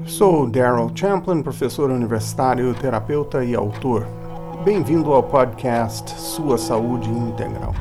Sou Daryl Champlin, professor universitário, terapeuta e autor. Bem-vindo ao podcast Sua Saúde Integral.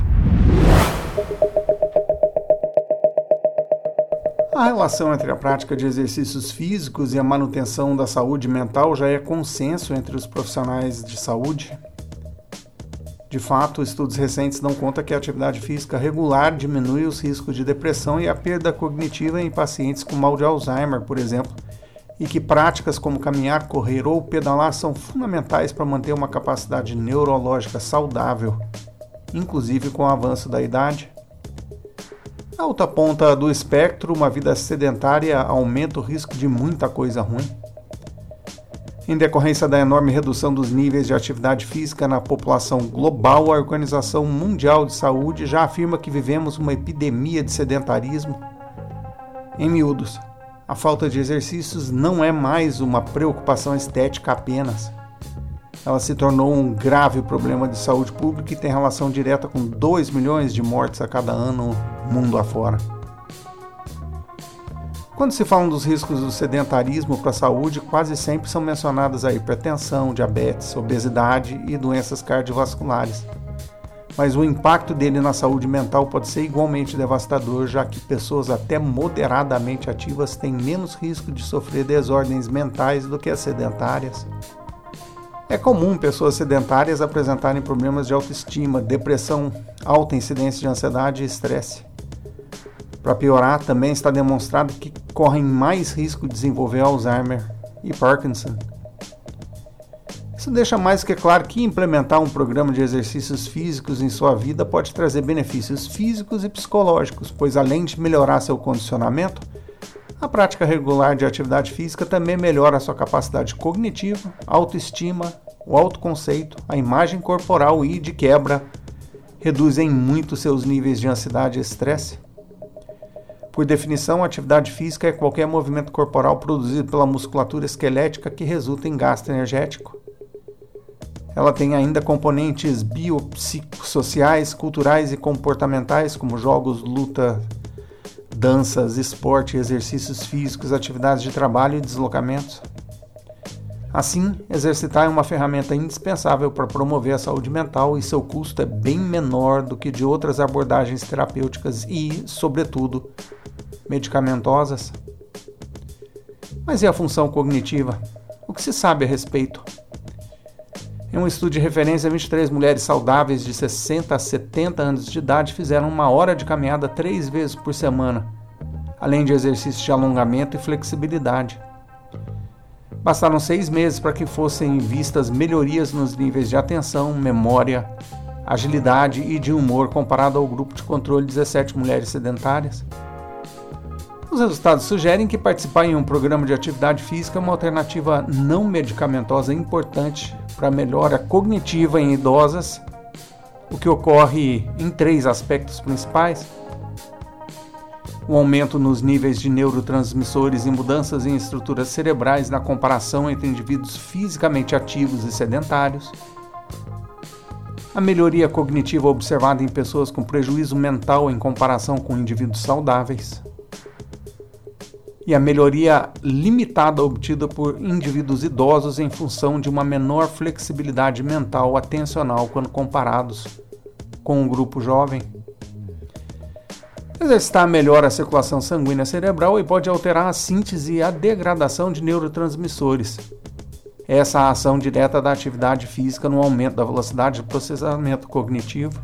A relação entre a prática de exercícios físicos e a manutenção da saúde mental já é consenso entre os profissionais de saúde. De fato, estudos recentes dão conta que a atividade física regular diminui os riscos de depressão e a perda cognitiva em pacientes com mal de Alzheimer, por exemplo, e que práticas como caminhar, correr ou pedalar são fundamentais para manter uma capacidade neurológica saudável, inclusive com o avanço da idade. Na outra ponta do espectro, uma vida sedentária aumenta o risco de muita coisa ruim. Em decorrência da enorme redução dos níveis de atividade física na população global, a Organização Mundial de Saúde já afirma que vivemos uma epidemia de sedentarismo. Em miúdos, a falta de exercícios não é mais uma preocupação estética apenas. Ela se tornou um grave problema de saúde pública e tem relação direta com 2 milhões de mortes a cada ano mundo afora. Quando se fala dos riscos do sedentarismo para a saúde, quase sempre são mencionadas a hipertensão, diabetes, obesidade e doenças cardiovasculares. Mas o impacto dele na saúde mental pode ser igualmente devastador, já que pessoas até moderadamente ativas têm menos risco de sofrer desordens mentais do que as sedentárias. É comum pessoas sedentárias apresentarem problemas de autoestima, depressão, alta incidência de ansiedade e estresse. Para piorar, também está demonstrado que correm mais risco de desenvolver Alzheimer e Parkinson. Isso deixa mais que claro que implementar um programa de exercícios físicos em sua vida pode trazer benefícios físicos e psicológicos, pois além de melhorar seu condicionamento, a prática regular de atividade física também melhora a sua capacidade cognitiva, autoestima, o autoconceito, a imagem corporal e, de quebra, reduzem muito seus níveis de ansiedade e estresse. Por definição, a atividade física é qualquer movimento corporal produzido pela musculatura esquelética que resulta em gasto energético. Ela tem ainda componentes biopsicossociais, culturais e comportamentais, como jogos, luta, danças, esporte, exercícios físicos, atividades de trabalho e deslocamentos. Assim, exercitar é uma ferramenta indispensável para promover a saúde mental e seu custo é bem menor do que de outras abordagens terapêuticas e, sobretudo, medicamentosas. Mas e a função cognitiva? O que se sabe a respeito? Em um estudo de referência, 23 mulheres saudáveis de 60 a 70 anos de idade fizeram 1 hora de caminhada 3 vezes por semana, além de exercícios de alongamento e flexibilidade. Bastaram 6 meses para que fossem vistas melhorias nos níveis de atenção, memória, agilidade e de humor comparado ao grupo de controle de 17 mulheres sedentárias. Os resultados sugerem que participar em um programa de atividade física é uma alternativa não medicamentosa importante para a melhora cognitiva em idosas, o que ocorre em 3 aspectos principais: o aumento nos níveis de neurotransmissores e mudanças em estruturas cerebrais na comparação entre indivíduos fisicamente ativos e sedentários, a melhoria cognitiva observada em pessoas com prejuízo mental em comparação com indivíduos saudáveis, e a melhoria limitada obtida por indivíduos idosos em função de uma menor flexibilidade mental atencional quando comparados com um grupo jovem. Exercitar melhora a circulação sanguínea cerebral e pode alterar a síntese e a degradação de neurotransmissores. Essa é a ação direta da atividade física no aumento da velocidade de processamento cognitivo.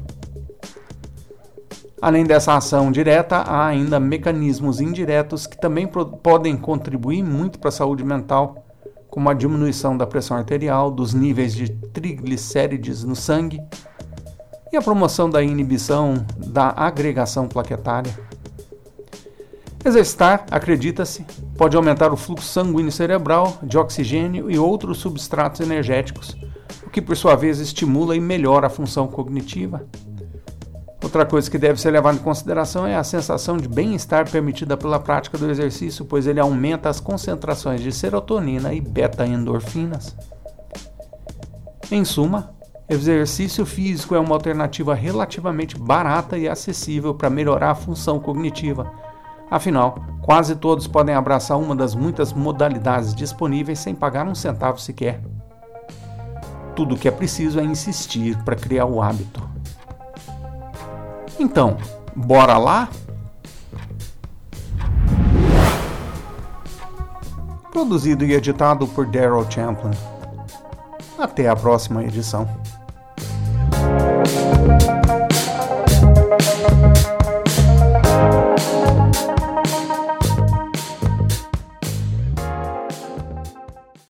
Além dessa ação direta, há ainda mecanismos indiretos que também podem contribuir muito para a saúde mental, como a diminuição da pressão arterial, dos níveis de triglicérides no sangue e a promoção da inibição da agregação plaquetária. Exercitar, acredita-se, pode aumentar o fluxo sanguíneo cerebral, de oxigênio e outros substratos energéticos, o que por sua vez estimula e melhora a função cognitiva. Outra coisa que deve ser levada em consideração é a sensação de bem-estar permitida pela prática do exercício, pois ele aumenta as concentrações de serotonina e beta-endorfinas. Em suma, exercício físico é uma alternativa relativamente barata e acessível para melhorar a função cognitiva, Afinal, quase todos podem abraçar uma das muitas modalidades disponíveis sem pagar um centavo sequer. Tudo o que é preciso é insistir para criar o hábito. Então, bora lá? Produzido e editado por Daryl Champlin. Até a próxima edição.